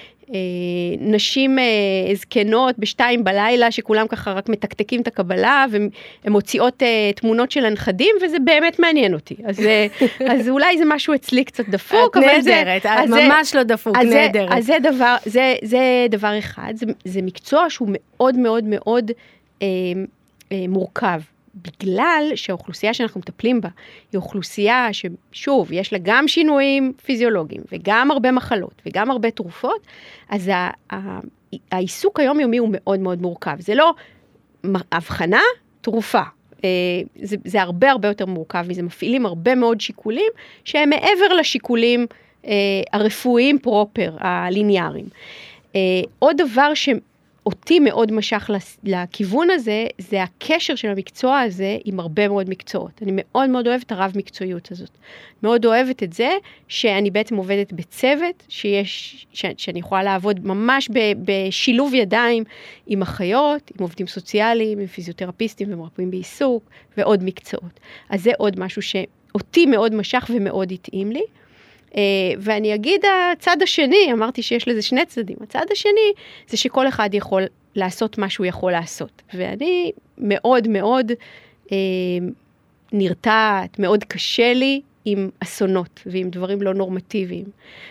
נשים זקנות בשתיים בלילה, שכולם ככה רק מתקתקים את הקבלה, והן מוציאות תמונות של הנכדים, וזה באמת מעניין אותי. אז, אז אולי זה משהו אצלי קצת דפוק, את נהדרת, את ממש לא דפוק, נהדרת. אז זה דבר, זה, זה דבר אחד, זה, זה מקצוע שהוא מאוד מאוד מאוד אה, אה, מורכב, בגלל שהאוכלוסייה שאנחנו מטפלים בה, היא אוכלוסייה ששוב, יש לה גם שינויים פיזיולוגיים, וגם הרבה מחלות, וגם הרבה תרופות, אז ה- ה- העיסוק היומיומי הוא מאוד מאוד מורכב. זה לא הבחנה, תרופה. זה, זה הרבה הרבה יותר מורכב, וזה מפעילים הרבה מאוד שיקולים, שהם מעבר לשיקולים הרפואיים פרופר, הליניאריים. עוד דבר שאותי מאוד משך לכיוון הזה, זה הקשר של המקצוע הזה עם הרבה מאוד מקצועות. אני מאוד מאוד אוהבת הרב מקצועיות הזאת. מאוד אוהבת את זה שאני בעצם עובדת בצוות, שיש, שאני יכולה לעבוד ממש בשילוב ידיים עם אחיות, עם עובדים סוציאליים, עם פיזיותרפיסטים ומרפאים בעיסוק, ועוד מקצועות. אז זה עוד משהו שאותי מאוד משך ומאוד התאים לי. ואני אגיד הצד השני, אמרתי שיש לזה שני צדדים, הצד השני זה שכל אחד יכול לעשות מה שהוא יכול לעשות, ואני מאוד מאוד אה, נרתעת, מאוד קשה לי עם אסונות ועם דברים לא נורמטיביים,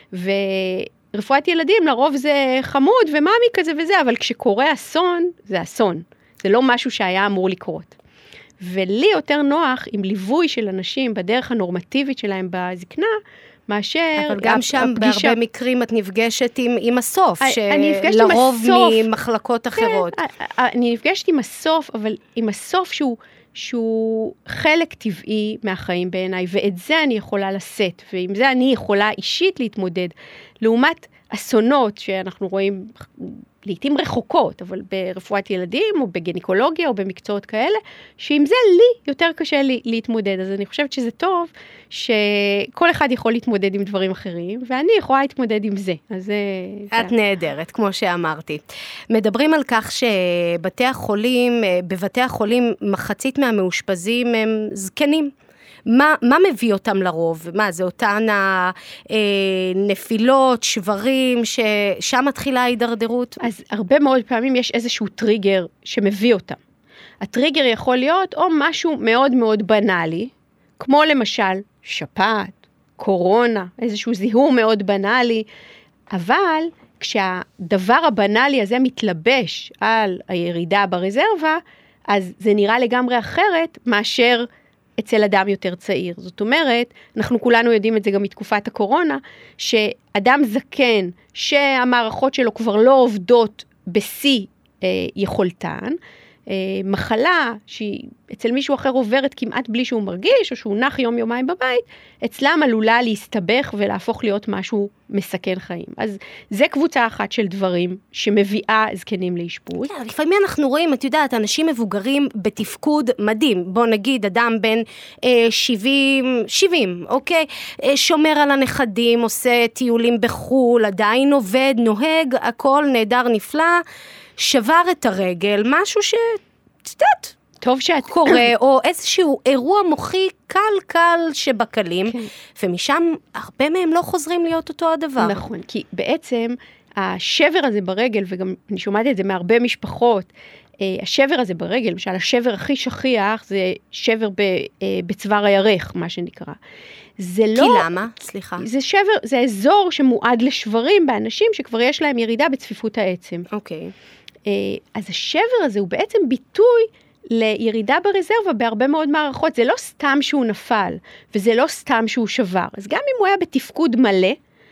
ורפואת ילדים לרוב זה חמוד ומאמי כזה וזה, אבל כשקורה אסון זה אסון, זה לא משהו שהיה אמור לקרות. ולי יותר נוח עם ליווי של אנשים בדרך הנורמטיבית שלהם בזקנה, מאשר... אבל גם שם הפגישה... בהרבה מקרים את נפגשת עם, עם הסוף, שלרוב ממחלקות אחרות. כן, אני נפגשת עם הסוף, אבל עם הסוף שהוא, שהוא חלק טבעי מהחיים בעיניי, ואת זה אני יכולה לשאת, ועם זה אני יכולה אישית להתמודד, לעומת אסונות שאנחנו רואים לעתים רחוקות, אבל ברפואת ילדים או בגניקולוגיה או במקצועות כאלה, שעם זה לי יותר קשה לי להתמודד. אז אני חושבת שזה טוב שכל אחד יכול להתמודד עם דברים אחרים, ואני יכולה להתמודד עם זה. אז את נהדרת, כמו שאמרתי. מדברים על כך שבתי החולים, בבתי החולים מחצית מהמאושפזים הם זקנים. מה, מה מביא אותם לרוב? מה, זה אותן הנפילות, שברים, ששם מתחילה ההידרדרות? אז הרבה מאוד פעמים יש איזשהו טריגר שמביא אותם. הטריגר יכול להיות או משהו מאוד מאוד בנאלי, כמו למשל שפעת, קורונה, איזשהו זיהום מאוד בנאלי, אבל כשהדבר הבנאלי הזה מתלבש על הירידה ברזרבה, אז זה נראה לגמרי אחרת מאשר אצל אדם יותר צעיר. זאת אומרת, אנחנו כולנו יודעים את זה גם מתקופת הקורונה, שאדם זקן, שהמערכות שלו כבר לא עובדות בשיא אה, יכולתן, אה, מחלה שהיא אצל מישהו אחר עוברת כמעט בלי שהוא מרגיש, או שהוא נח יום יומיים בבית, אצלם עלולה להסתבך ולהפוך להיות משהו מסכן חיים. אז זה קבוצה אחת של דברים שמביאה זקנים לאשפוז. כן, לפעמים אנחנו רואים, את יודעת, אנשים מבוגרים בתפקוד מדהים. בוא נגיד, אדם בן אה, שבעים, שבעים, אוקיי? אה, שומר על הנכדים, עושה טיולים בחול, עדיין עובד, נוהג, הכל נהדר נפלא, שבר את הרגל, משהו ש... תדעת, טוב שאת קורה, או איזשהו אירוע מוחי קל קל שבקלים, כן. ומשם הרבה מהם לא חוזרים להיות אותו הדבר. נכון, כי בעצם השבר הזה ברגל, וגם אני שומעת את זה מהרבה משפחות, השבר הזה ברגל, למשל השבר הכי שכיח, זה שבר בצוואר הירך, מה שנקרא. זה לא... כי למה? סליחה. זה שבר, זה אזור שמועד לשברים באנשים שכבר יש להם ירידה בצפיפות העצם. אוקיי. אז השבר הזה הוא בעצם ביטוי לירידה ברזרבה בהרבה מאוד מערכות. זה לא סתם שהוא נפל, וזה לא סתם שהוא שבר. אז גם אם הוא היה בתפקוד מלא,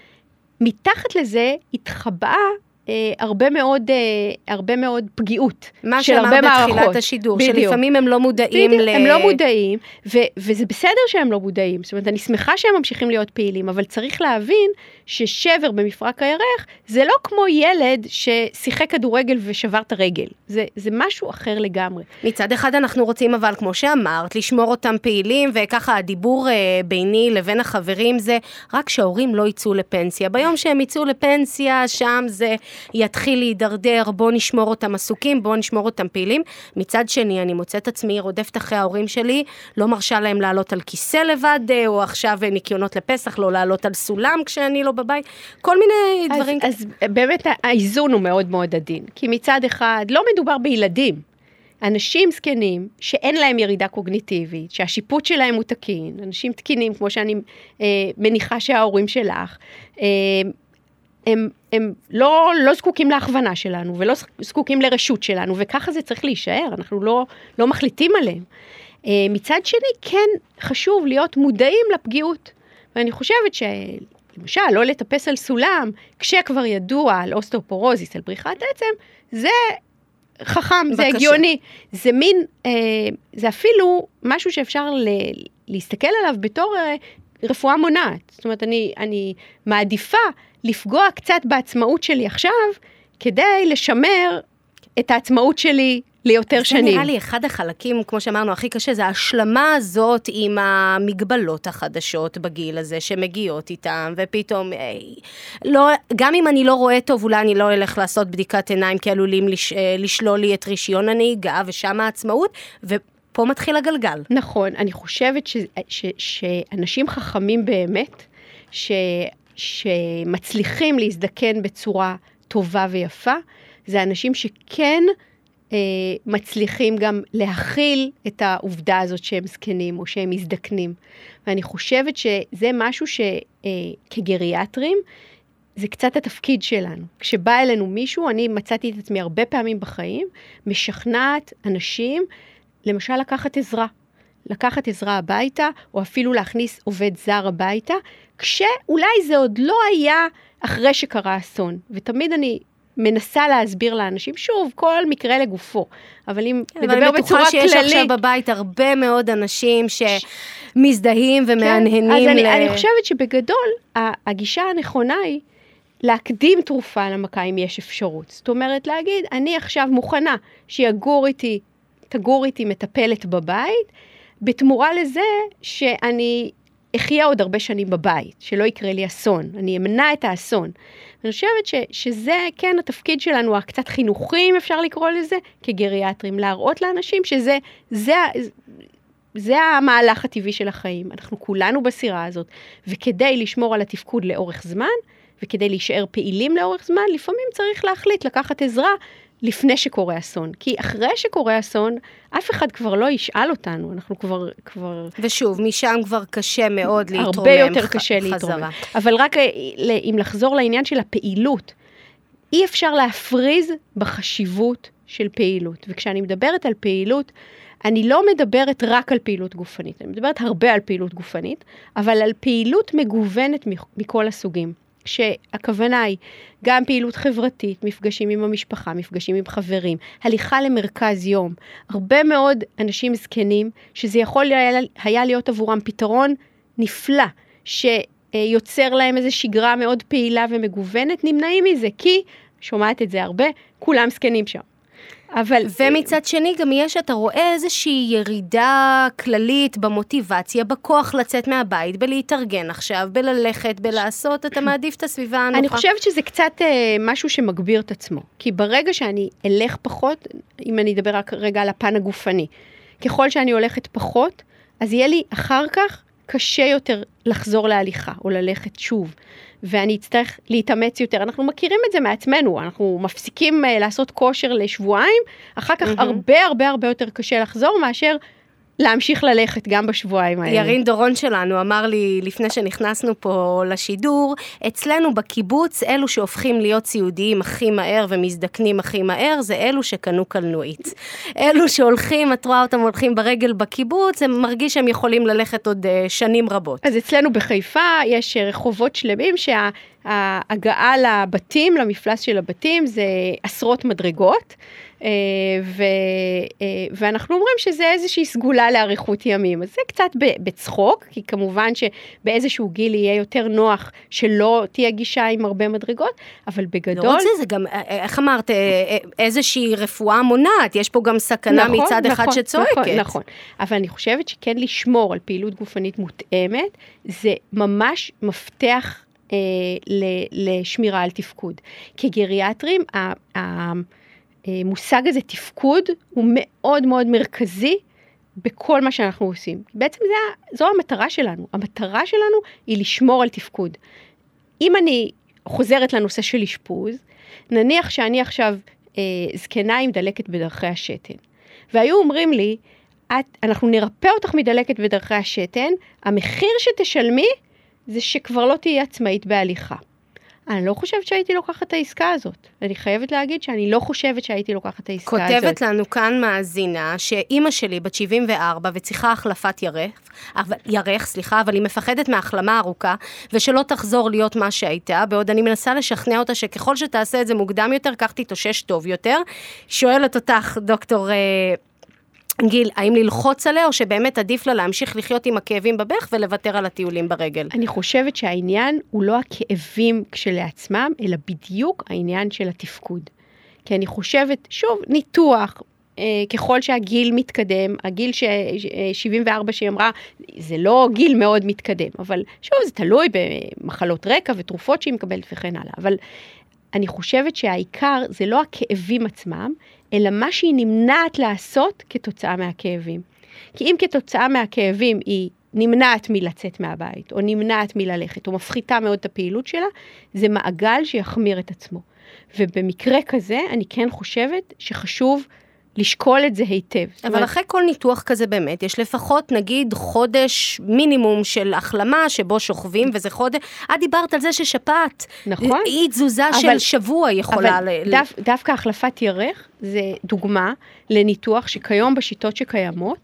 מתחת לזה התחבאה אה, הרבה מאוד, אה, הרבה מאוד פגיעות של הרבה מערכות. מה שאמר בתחילת השידור, בדיוק. שלפעמים הם לא מודעים בדיוק, ל... הם לא מודעים, ו- וזה בסדר שהם לא מודעים. זאת אומרת, אני שמחה שהם ממשיכים להיות פעילים, אבל צריך להבין ששבר במפרק הירך, זה לא כמו ילד ששיחק כדורגל ושבר את הרגל. זה, זה משהו אחר לגמרי. מצד אחד אנחנו רוצים, אבל כמו שאמרת, לשמור אותם פעילים, וככה הדיבור אה, ביני לבין החברים זה, רק שההורים לא יצאו לפנסיה. ביום שהם יצאו לפנסיה, שם זה יתחיל להידרדר, בוא נשמור אותם עסוקים, בוא נשמור אותם פעילים. מצד שני, אני מוצאת עצמי, רודפת אחרי ההורים שלי, לא מרשה להם לעלות על כיסא לבד, או עכשיו ניקיונות לפסח, לא לעלות על סולם כשאני לא בבית, כל מיני אז, דברים. אז באמת האיזון הוא מאוד מאוד עדין, כי מצד אחד לא מדובר בילדים, אנשים זקנים שאין להם ירידה קוגניטיבית, שהשיפוט שלהם הוא תקין, אנשים תקינים כמו שאני אה, מניחה שההורים שלך, אה, הם, הם לא, לא זקוקים להכוונה שלנו, ולא זקוקים לרשות שלנו, וככה זה צריך להישאר, אנחנו לא, לא מחליטים עליהם. מצד שני, כן חשוב להיות מודעים לפגיעות. ואני חושבת שלמשל, לא לטפס על סולם, כשכבר ידוע על אוסטאופורוזיס, על בריחת עצם, זה חכם, זה הגיוני. זה מין, זה אפילו משהו שאפשר להסתכל עליו בתור רפואה מונעת. זאת אומרת, אני, אני מעדיפה לפגוע קצת בעצמאות שלי עכשיו, כדי לשמר את העצמאות שלי ליותר שנים. זה נראה לי אחד החלקים, כמו שאמרנו, הכי קשה, זה ההשלמה הזאת עם המגבלות החדשות בגיל הזה, שמגיעות איתם, ופתאום, אי, לא, גם אם אני לא רואה טוב, אולי אני לא אלך לעשות בדיקת עיניים, כי עלולים לש, לשלול לי את רישיון הנהיגה, ושם העצמאות, ופה מתחיל הגלגל. נכון, אני חושבת ש, ש, שאנשים חכמים באמת, ש, שמצליחים להזדקן בצורה טובה ויפה, זה אנשים שכן אה, מצליחים גם להכיל את העובדה הזאת שהם זקנים או שהם מזדקנים. ואני חושבת שזה משהו שכגריאטרים, זה קצת התפקיד שלנו. כשבא אלינו מישהו, אני מצאתי את עצמי הרבה פעמים בחיים, משכנעת אנשים, למשל לקחת עזרה. לקחת עזרה הביתה, או אפילו להכניס עובד זר הביתה, כשאולי זה עוד לא היה אחרי שקרה אסון. ותמיד אני מנסה להסביר לאנשים, שוב, כל מקרה לגופו, אבל אם כן, נדבר אבל בצורה כללית... אבל בטוחה שיש עכשיו בבית הרבה מאוד אנשים שמזדהים ומעניינים. כן, אז ל... אני, אני חושבת שבגדול, הגישה הנכונה היא להקדים תרופה למכה אם יש אפשרות. זאת אומרת, להגיד, אני עכשיו מוכנה שיגור איתי, תגור איתי מטפלת בבית, בתמורה לזה שאני אחיה עוד הרבה שנים בבית, שלא יקרה לי אסון, אני אמנע את האסון. אני חושבת ש, שזה כן התפקיד שלנו, הקצת חינוכי, אם אפשר לקרוא לזה, כגריאטרים, להראות לאנשים שזה זה, זה המהלך הטבעי של החיים. אנחנו כולנו בסירה הזאת, וכדי לשמור על התפקוד לאורך זמן, וכדי להישאר פעילים לאורך זמן, לפעמים צריך להחליט לקחת עזרה, לפני שקורה אסון. כי אחרי שקורה אסון, אף אחד כבר לא ישאל אותנו. אנחנו כבר... כבר... ושוב, משם כבר קשה מאוד להתרומם חזרה. הרבה יותר קשה להתרומם. אבל רק אם לחזור לעניין של הפעילות, אי אפשר להפריז בחשיבות של פעילות. וכשאני מדברת על פעילות, אני לא מדברת רק על פעילות גופנית. אני מדברת הרבה על פעילות גופנית, אבל על פעילות מגוונת מכל הסוגים. שהכוונה היא גם פעילות חברתית, מפגשים עם המשפחה, מפגשים עם חברים, הליכה למרכז יום. הרבה מאוד אנשים זקנים, שזה יכול היה, היה להיות עבורם פתרון נפלא, שיוצר להם איזו שגרה מאוד פעילה ומגוונת, נמנעים מזה, כי, שומעת את זה הרבה, כולם זקנים שם. אבל... ומצד שני גם יש, אתה רואה איזושהי ירידה כללית במוטיבציה, בכוח לצאת מהבית, בלהתארגן עכשיו, בללכת, בלעשות, אתה מעדיף את הסביבה הנוחה. אני חושבת שזה קצת אה, משהו שמגביר את עצמו, כי ברגע שאני אלך פחות, אם אני אדבר רק רגע על הפן הגופני, ככל שאני הולכת פחות, אז יהיה לי אחר כך קשה יותר לחזור להליכה, או ללכת שוב. ואני אצטרך להתאמץ יותר. אנחנו מכירים את זה מעצמנו, אנחנו מפסיקים uh, לעשות כושר לשבועיים, אחר כך mm-hmm. הרבה הרבה הרבה יותר קשה לחזור, מאשר להמשיך ללכת גם בשבועיים האלה. ירין דורון שלנו אמר לי, לפני שנכנסנו פה לשידור, אצלנו בקיבוץ, אלו שהופכים להיות סיעודיים הכי מהר ומזדקנים הכי מהר, זה אלו שקנו קלנועית. אלו שהולכים, את רואה אותם הולכים ברגל בקיבוץ, הם מרגיש שהם יכולים ללכת עוד uh, שנים רבות. אז אצלנו בחיפה יש רחובות שלמים שההגעה לבתים, למפלס של הבתים, זה עשרות מדרגות, ו, ואנחנו אומרים שזה איזושהי סגולה לאריכות ימים. אז זה קצת בצחוק, כי כמובן שבאיזשהו גיל יהיה יותר נוח שלא תהיה גישה עם הרבה מדרגות, אבל בגדול... לא זה, זה גם, איך אמרת, איזושהי רפואה מונעת, יש פה גם סכנה נכון, מצד נכון, אחד שצועקת. נכון, נכון. אבל אני חושבת שכן לשמור על פעילות גופנית מותאמת, זה ממש מפתח אה, לשמירה על תפקוד. כגריאטרים, ה... ה מושג הזה תפקוד הוא מאוד מאוד מרכזי בכל מה שאנחנו עושים. בעצם זה, זו המטרה שלנו. המטרה שלנו היא לשמור על תפקוד. אם אני חוזרת לנושא של אשפוז, נניח שאני עכשיו אה, זקנה עם דלקת בדרכי השתן, והיו אומרים לי, את, אנחנו נרפא אותך מדלקת בדרכי השתן, המחיר שתשלמי זה שכבר לא תהיה עצמאית בהליכה. אני לא חושבת שהייתי לוקחת את העסקה הזאת. אני חייבת להגיד שאני לא חושבת שהייתי לוקחת את העסקה הזאת. כותבת לנו כאן מאזינה, שאימא שלי בת שבעים וארבע וצריכה החלפת ירך, ירך, סליחה, אבל היא מפחדת מהחלמה ארוכה, ושלא תחזור להיות מה שהייתה, בעוד אני מנסה לשכנע אותה שככל שתעשה את זה מוקדם יותר, כך תתאושש טוב יותר. שואלת אותך, דוקטור גיל, האם ללחוץ עליה, או שבאמת עדיף לה להמשיך לחיות עם הכאבים בבך, ולוותר על הטיולים ברגל? אני חושבת שהעניין הוא לא הכאבים כשלעצמם, אלא בדיוק העניין של התפקוד. כי אני חושבת, שוב, ניתוח, אה, ככל שהגיל מתקדם, הגיל ש, שבעים וארבע שהיא אמרה, זה לא גיל מאוד מתקדם, אבל שוב, זה תלוי במחלות רקע ותרופות שהיא מקבלת וכן הלאה. אבל אני חושבת שהעיקר זה לא הכאבים עצמם, אלא מה שהיא נמנעת לעשות כתוצאה מהכאבים. כי אם כתוצאה מהכאבים היא נמנעת מלצאת מהבית, או נמנעת מללכת, או מפחיתה מאוד את הפעילות שלה, זה מעגל שיחמיר את עצמו. ובמקרה כזה, אני כן חושבת שחשוב לשקול את זה היטב. אבל אומרת, אחרי כל ניתוח כזה באמת, יש לפחות נגיד חודש מינימום של החלמה, שבו שוכבים, וזה חודש, את דיברת על זה ששפעת, נכון? היא תזוזה אבל, של שבוע יכולה... אבל ל... דו, דווקא החלפת ירך, זה דוגמה לניתוח שכיום בשיטות שקיימות,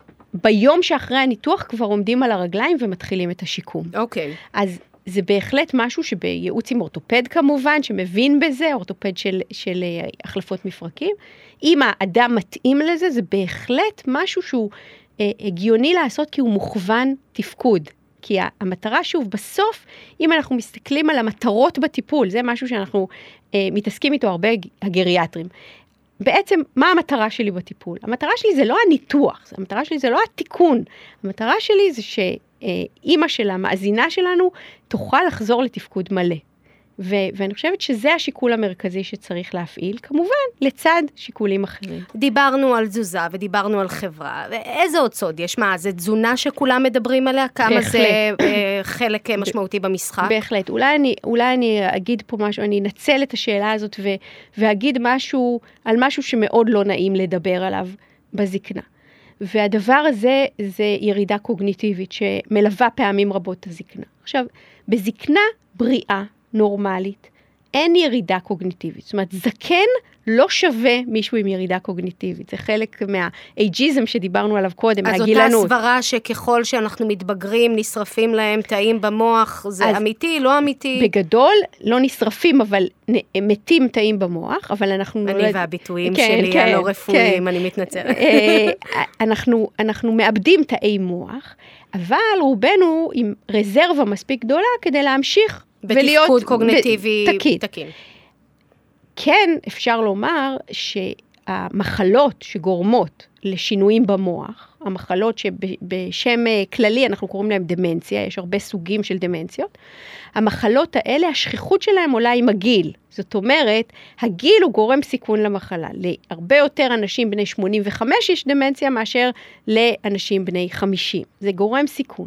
ביום שאחרי הניתוח כבר עומדים על הרגליים ומתחילים את השיקום. אוקיי. אז זה בהחלט משהו שבייעוץ עם אורתופד כמובן, שמבין בזה, אורתופד של, של החלפות מפרקים. אם האדם מתאים לזה, זה בהחלט משהו שהוא אה, הגיוני לעשות, כי הוא מוכוון תפקוד. כי המטרה שוב, בסוף, אם אנחנו מסתכלים על המטרות בטיפול, זה משהו שאנחנו אה, מתעסקים איתו הרבה הגריאטרים. בעצם, מה המטרה שלי בטיפול? המטרה שלי זה לא הניתוח, המטרה שלי זה לא התיקון. המטרה שלי זה שאימא שלה, מאזינה שלנו, תוכל לחזור לתפקוד מלא. ו- ואני חושבת שזה השיקול המרכזי שצריך להפעיל, כמובן, לצד שיקולים אחרים. דיברנו על תזוזה ודיברנו על חברה, ואיזה עוד סוד יש? מה, זה תזונה שכולם מדברים עליה? כמה בהחלט. זה חלק משמעותי במשחק? בהחלט. אולי אני, אולי אני אגיד פה משהו, אני אנצל את השאלה הזאת ו- ואגיד משהו על משהו שמאוד לא נעים לדבר עליו בזקנה. והדבר הזה זה ירידה קוגניטיבית שמלווה פעמים רבות את הזקנה. עכשיו, בזקנה בריאה, נורמלית, אין ירידה קוגניטיבית. זאת אומרת, זקן לא שווה מישהו עם ירידה קוגניטיבית. זה חלק מהאייג'יזם שדיברנו עליו קודם, מהגילנות. אז אותה סברה שככל שאנחנו מתבגרים, נשרפים להם תאים במוח, זה אמיתי, לא אמיתי? בגדול, לא נשרפים, אבל מתים תאים במוח, אבל אנחנו... אני והביטויים שלי הלא רפואיים, אני מתנצלת. אנחנו מאבדים תאי מוח, אבל רובנו עם רזרבה מספיק גדולה כדי להמשיך בתפקוד קוגניטיבי תקין. כן, אפשר לומר שהמחלות שגורמות לשינויים במוח, המחלות שבשם כללי אנחנו קוראים להם דמנציה, יש הרבה סוגים של דמנציות, המחלות האלה, השכיחות שלהם עולה עם הגיל. זאת אומרת, הגיל הוא גורם סיכון למחלה. להרבה יותר אנשים בני שמונים וחמש יש דמנציה מאשר לאנשים בני חמישים. זה גורם סיכון.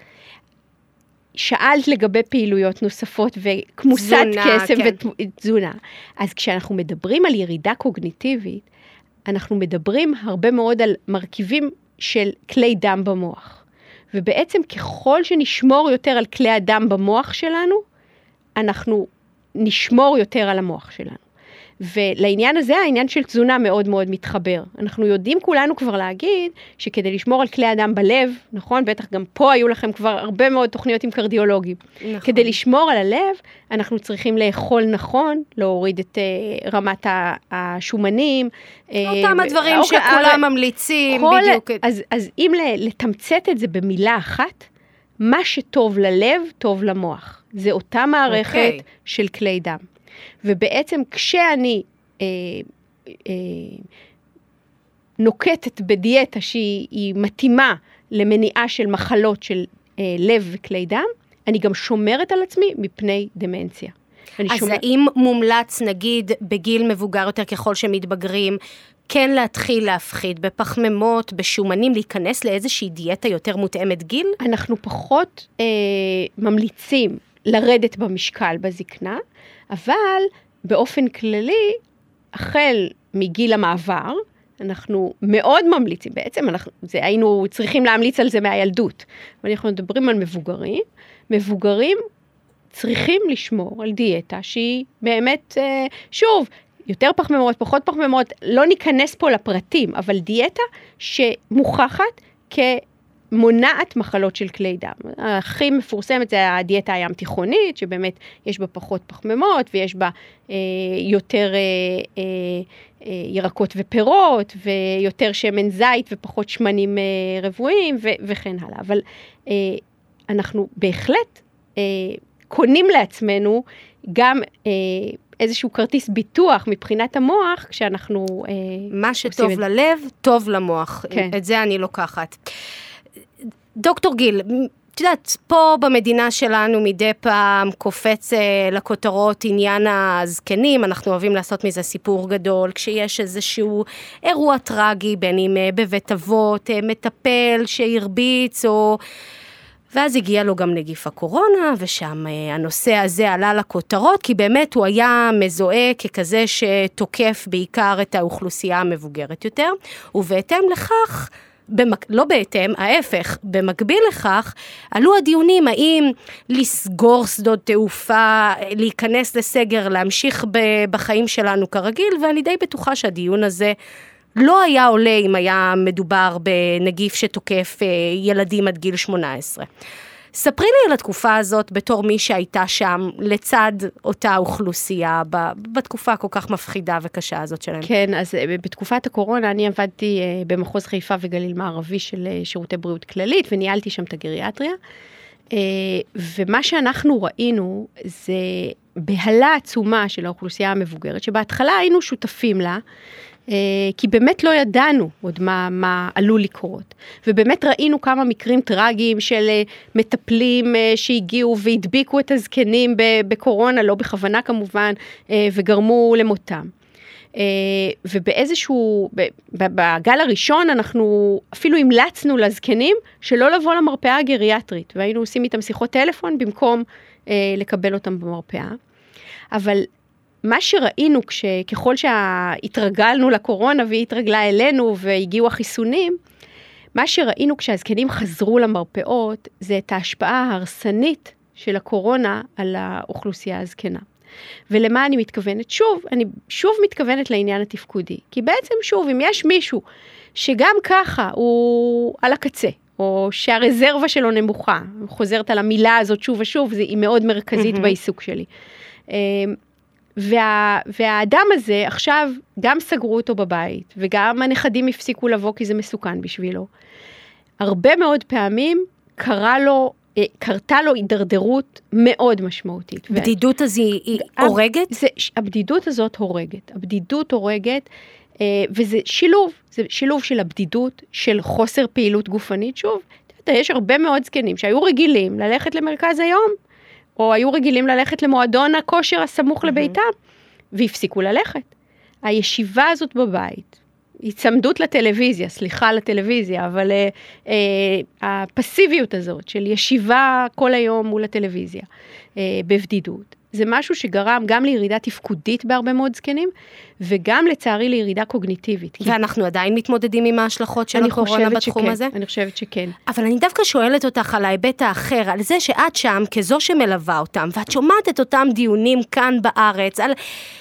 שאלת לגבי פעילויות נוספות וכמוסת קסם כן. ותזונה. אז כשאנחנו מדברים על ירידה קוגניטיבית, אנחנו מדברים הרבה מאוד על מרכיבים של כלי דם במוח. ובעצם ככל שנשמור יותר על כלי הדם במוח שלנו, אנחנו נשמור יותר על המוח שלנו. ולעניין הזה, העניין של תזונה מאוד מאוד מתחבר. אנחנו יודעים כולנו כבר להגיד, שכדי לשמור על כלי הדם בלב, נכון? בטח גם פה היו לכם כבר הרבה מאוד תוכניות עם קרדיולוגים. נכון. כדי לשמור על הלב, אנחנו צריכים לאכול נכון, להוריד את uh, רמת השומנים. אותם uh, הדברים uh, שכולם ממליצים, כל, בדיוק. אז, אז אם לתמצת את זה במילה אחת, מה שטוב ללב, טוב למוח. זה אותה מערכת okay. של כלי דם. ובעצם כשאני אה, אה, נוקטת בדיאטה שהיא מתאימה למניעה של מחלות של אה, לב וכלי דם, אני גם שומרת על עצמי מפני דמנציה. אז שומר... האם מומלץ נגיד בגיל מבוגר יותר ככל שמתבגרים, כן להתחיל להפחית בפחמימות, בשומנים, להיכנס לאיזושהי דיאטה יותר מותאמת גיל? אנחנו פחות אה, ממליצים לרדת במשקל בזקנה, אבל באופן כללי, החל מגיל המעבר, אנחנו מאוד ממליצים, בעצם אנחנו, זה, היינו צריכים להמליץ על זה מהילדות, אבל אנחנו מדברים על מבוגרים, מבוגרים צריכים לשמור על דיאטה שהיא באמת, שוב, יותר פחמימות, פחות פחמימות, לא ניכנס פה לפרטים, אבל דיאטה שמוכחת כמונעת מחלות של כלי דם. הכי מפורסמת זה הדיאטה הים תיכונית, שבאמת יש בה פחות פחמימות, ויש בה אה, יותר אה, אה, ירקות ופירות, ויותר שמן זית ופחות שמנים אה, רבועים, ו- וכן הלאה. אבל אה, אנחנו בהחלט אה, קונים לעצמנו גם אה, איזשהו כרטיס ביטוח מבחינת המוח, כשאנחנו אה, מה שטוב ללב, טוב למוח. כן. את זה אני לוקחת. דוקטור גיל, את יודעת, פה במדינה שלנו מדי פעם קופץ לכותרות עניין הזקנים, אנחנו אוהבים לעשות מזה סיפור גדול, כשיש איזשהו אירוע טרגי, בין אם בבית אבות, מטפל שהרביץ או... ואז הגיע לו גם נגיף הקורונה, ושם הנושא הזה עלה לכותרות, כי באמת הוא היה מזוהה ככזה שתוקף בעיקר את האוכלוסייה המבוגרת יותר, ובהתאם לכך, במק... לא בהתאם, ההפך, במקביל לכך, עלו הדיונים האם לסגור שדות תעופה, להיכנס לסגר, להמשיך ב... בחיים שלנו כרגיל, ואני די בטוחה שהדיון הזה לא היה עולה אם היה מדובר בנגיף שתוקף ילדים עד גיל שמונה עשרה. ספרי לי על התקופה הזאת בתור מי שהייתה שם לצד אותה אוכלוסייה בתקופה כל כך מפחידה וקשה הזאת שלהם. כן, אז בתקופת הקורונה אני עבדתי במחוז חיפה וגליל מערבי של שירותי בריאות כללית וניהלתי שם את הגריאטריה. ומה שאנחנו ראינו זה בהלה עצומה של האוכלוסייה המבוגרת, שבהתחלה היינו שותפים לה, כי באמת לא ידענו עוד מה, מה עלול לקרות. ובאמת ראינו כמה מקרים טרגיים של מטפלים שהגיעו והדביקו את הזקנים בקורונה, לא בכוונה כמובן, וגרמו למותם. ובאיזשהו, בגל הראשון אנחנו אפילו המלצנו לזקנים שלא לבוא למרפאה הגריאטרית, והיינו עושים איתם שיחות טלפון במקום לקבל אותם במרפאה. אבל מה שראינו ככל שהתרגלנו לקורונה והיא התרגלה אלינו והגיעו החיסונים, מה שראינו כשהזקנים חזרו למרפאות זה את ההשפעה ההרסנית של הקורונה על האוכלוסייה הזקנה. ולמה אני מתכוונת? שוב, אני שוב מתכוונת לעניין התפקודי, כי בעצם שוב, אם יש מישהו שגם ככה הוא על הקצה, או שהרזרבה שלו נמוכה, חוזרת על המילה הזאת שוב ושוב, היא מאוד מרכזית בעיסוק שלי. וה, והאדם הזה עכשיו גם סגרו אותו בבית, וגם הנכדים הפסיקו לבוא כי זה מסוכן בשבילו. הרבה מאוד פעמים קרה לו, קרתה לו הידרדרות מאוד משמעותית. בדידות הזו היא הורגת? זה, הבדידות הזאת הורגת. הבדידות הורגת, וזה שילוב, זה שילוב של הבדידות, של חוסר פעילות גופנית. שוב, יש הרבה מאוד זקנים שהיו רגילים ללכת למרכז היום, או היו רגילים ללכת למועדון הכושר הסמוך לביתם, והפסיקו ללכת. הישיבה הזאת בבית, הצמדות לטלוויזיה, סליחה לטלוויזיה, אבל אה, אה, הפסיביות הזאת של ישיבה כל היום מול הטלוויזיה, אה, בבדידות, זה משהו שגרם גם לירידה תפקודית בהרבה מאוד זקנים, וגם לצערי לירידה קוגניטיבית. ואנחנו עדיין מתמודדים עם ההשלכות של הקורונה בתחום הזה? אני חושבת שכן. אבל אני דווקא שואלת אותך על ההיבט האחר, על זה שאת שם כזו שמלווה אותם, ואת שומעת את אותם דיונים כאן בארץ, על...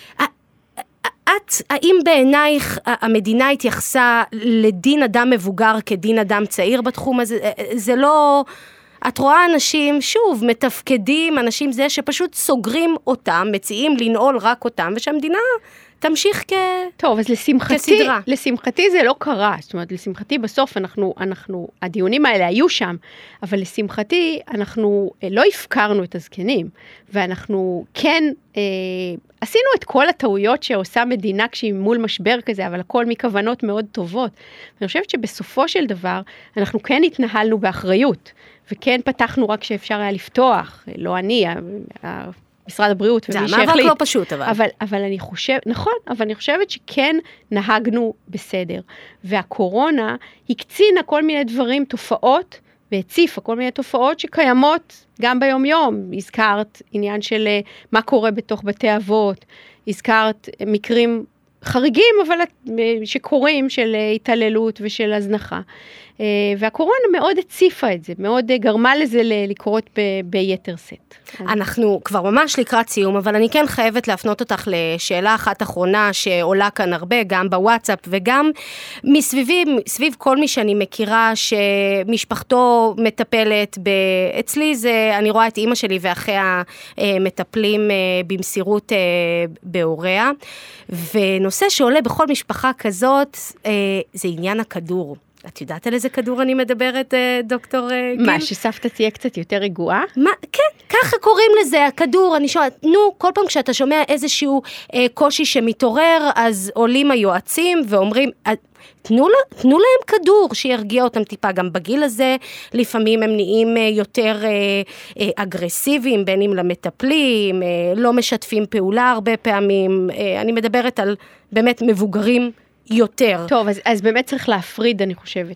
את, האם בעינייך המדינה התייחסה לדין אדם מבוגר כדין אדם צעיר בתחום הזה? זה לא... את רואה אנשים, שוב, מתפקדים, אנשים זה שפשוט סוגרים אותם, מציעים לנעול רק אותם, ושהמדינה תמשיך כ... טוב, אז לשמחתי, כסדרה. לשמחתי זה לא קרה, זאת אומרת, לשמחתי בסוף אנחנו, אנחנו, הדיונים האלה היו שם, אבל לשמחתי אנחנו לא הפקרנו את הזקנים, ואנחנו כן אה, עשינו את כל הטעויות שעושה מדינה כשהיא מול משבר כזה, אבל הכל מכוונות מאוד טובות. ואני חושבת שבסופו של דבר אנחנו כן התנהלנו באחריות, וכן פתחנו רק שאפשר היה לפתוח, לא אני, משרד הבריאות. זה המאבק לא פשוט, אבל. אבל, אבל אני חושבת, נכון, אבל אני חושבת שכן נהגנו בסדר. והקורונה הקצינה כל מיני דברים, תופעות, והציפה כל מיני תופעות שקיימות גם ביום יום. הזכרת עניין של מה קורה בתוך בתי אבות, הזכרת מקרים חריגים, אבל שקורים של התעללות ושל הזנחה. והקורונה מאוד הציפה את זה, מאוד גרמה לזה לקרות ב- ביתר סט. אנחנו כבר ממש לקראת סיום, אבל אני כן חייבת להפנות אותך לשאלה אחת אחרונה שעולה כאן הרבה, גם בוואטסאפ וגם מסביבי, סביב כל מי שאני מכירה שמשפחתו מטפלת, ב... אצלי זה, אני רואה את אמא שלי ואחיה מטפלים במסירות בהוריה, ונושא שעולה בכל משפחה כזאת זה עניין הכדור. את יודעת על איזה כדור אני מדברת, דוקטור גיל? מה, שסבתא תהיה קצת יותר רגועה? מה, כן, ככה קוראים לזה, הכדור, אני שואלת, נו, כל פעם כשאתה שומע איזשהו אה, קושי שמתעורר, אז עולים היועצים ואומרים, תנו, תנו להם כדור שירגיע אותם טיפה, גם בגיל הזה, לפעמים הם נהיים יותר אה, אה, אגרסיביים, בין אם למטפלים, אה, לא משתפים פעולה הרבה פעמים, אה, אני מדברת על באמת מבוגרים, יותר. טוב, אז, אז באמת צריך להפריד, אני חושבת.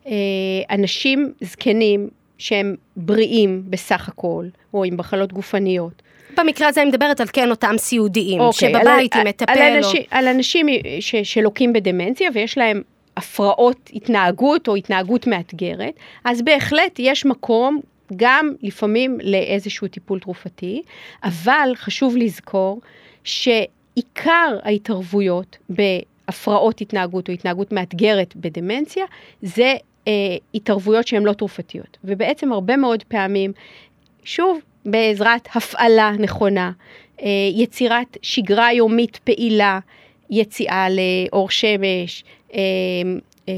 אנשים זקנים שהם בריאים בסך הכל, או עם מחלות גופניות. במקרה הזה אני מדברת על כן אותם סיעודיים, אוקיי, שבבית היא מטפל. על אנשים, או... על אנשים ש, שלוקים בדמנציה, ויש להם הפרעות התנהגות, או התנהגות מאתגרת, אז בהחלט יש מקום גם לפעמים לאיזשהו טיפול תרופתי, אבל חשוב לזכור שעיקר ההתערבויות ב... הפרעות התנהגות או התנהגות מאתגרת בדמנציה, זה אה, התערבויות שהן לא תרופתיות. ובעצם הרבה מאוד פעמים, שוב, בעזרת הפעלה נכונה, אה, יצירת שגרה יומית פעילה, יציאה לאור שמש, אה, אה,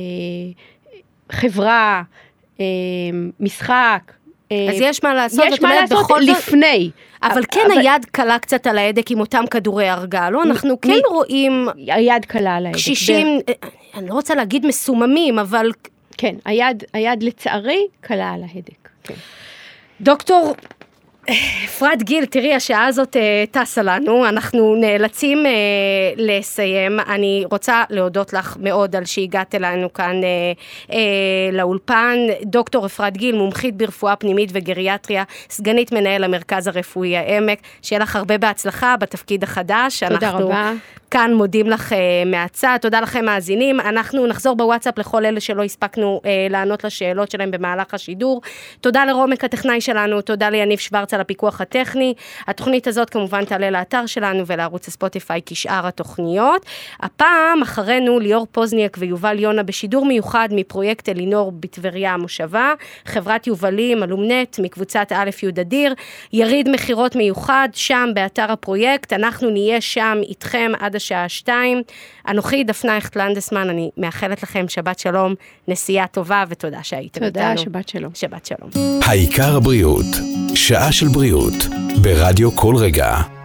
חברה, אה, משחק, אז יש מה לעשות, יש מה לעשות לפני. אבל כן היד קלה קצת על ההדק עם אותם כדורי הרגעה, לא? אנחנו כן רואים... היד קלה על ההדק. קשישים, אני לא רוצה להגיד מסוממים, אבל... כן, היד לצערי קלה על ההדק. דוקטור אפרת גיל, תראי, השעה הזאת טסה לנו, אנחנו נאלצים לסיים. אני רוצה להודות לך מאוד על שהגעת אלינו כאן לאולפן. דוקטור אפרת גיל, מומחית ברפואה פנימית וגריאטריה, סגנית מנהל המרכז הרפואי העמק. שיהיה לך הרבה בהצלחה בתפקיד החדש. תודה רבה. כאן מודים לך מהצד, תודה לכם מאזינים, אנחנו נחזור בוואטסאפ לכל אלה שלא הספקנו לענות לשאלות שלהם במהלך השידור, תודה לרומק הטכנאי שלנו, תודה ליניב שוורץ על הפיקוח הטכני, התוכנית הזאת כמובן תעלה לאתר שלנו ולערוץ הספוטיפיי כשאר התוכניות, הפעם אחרינו ליאור פוזניאק ויובל יונה בשידור מיוחד מפרויקט אלינור בטבריה המושבה, חברת יובלים, אלומנט מקבוצת א' י' אדיר, יריד מחירות מיוחד שם באתר הפרויקט, אנחנו נהיה שם איתכם עד השעה שתיים. אנוכי דפנה הכט-לנדסמן, אני מאחלת לכם שבת שלום, נסיעה טובה ותודה שהייתם איתנו. תודה, שבת שלום. שבת שלום. העיקר הבריאות, שעה של בריאות, ברדיו כל רגע.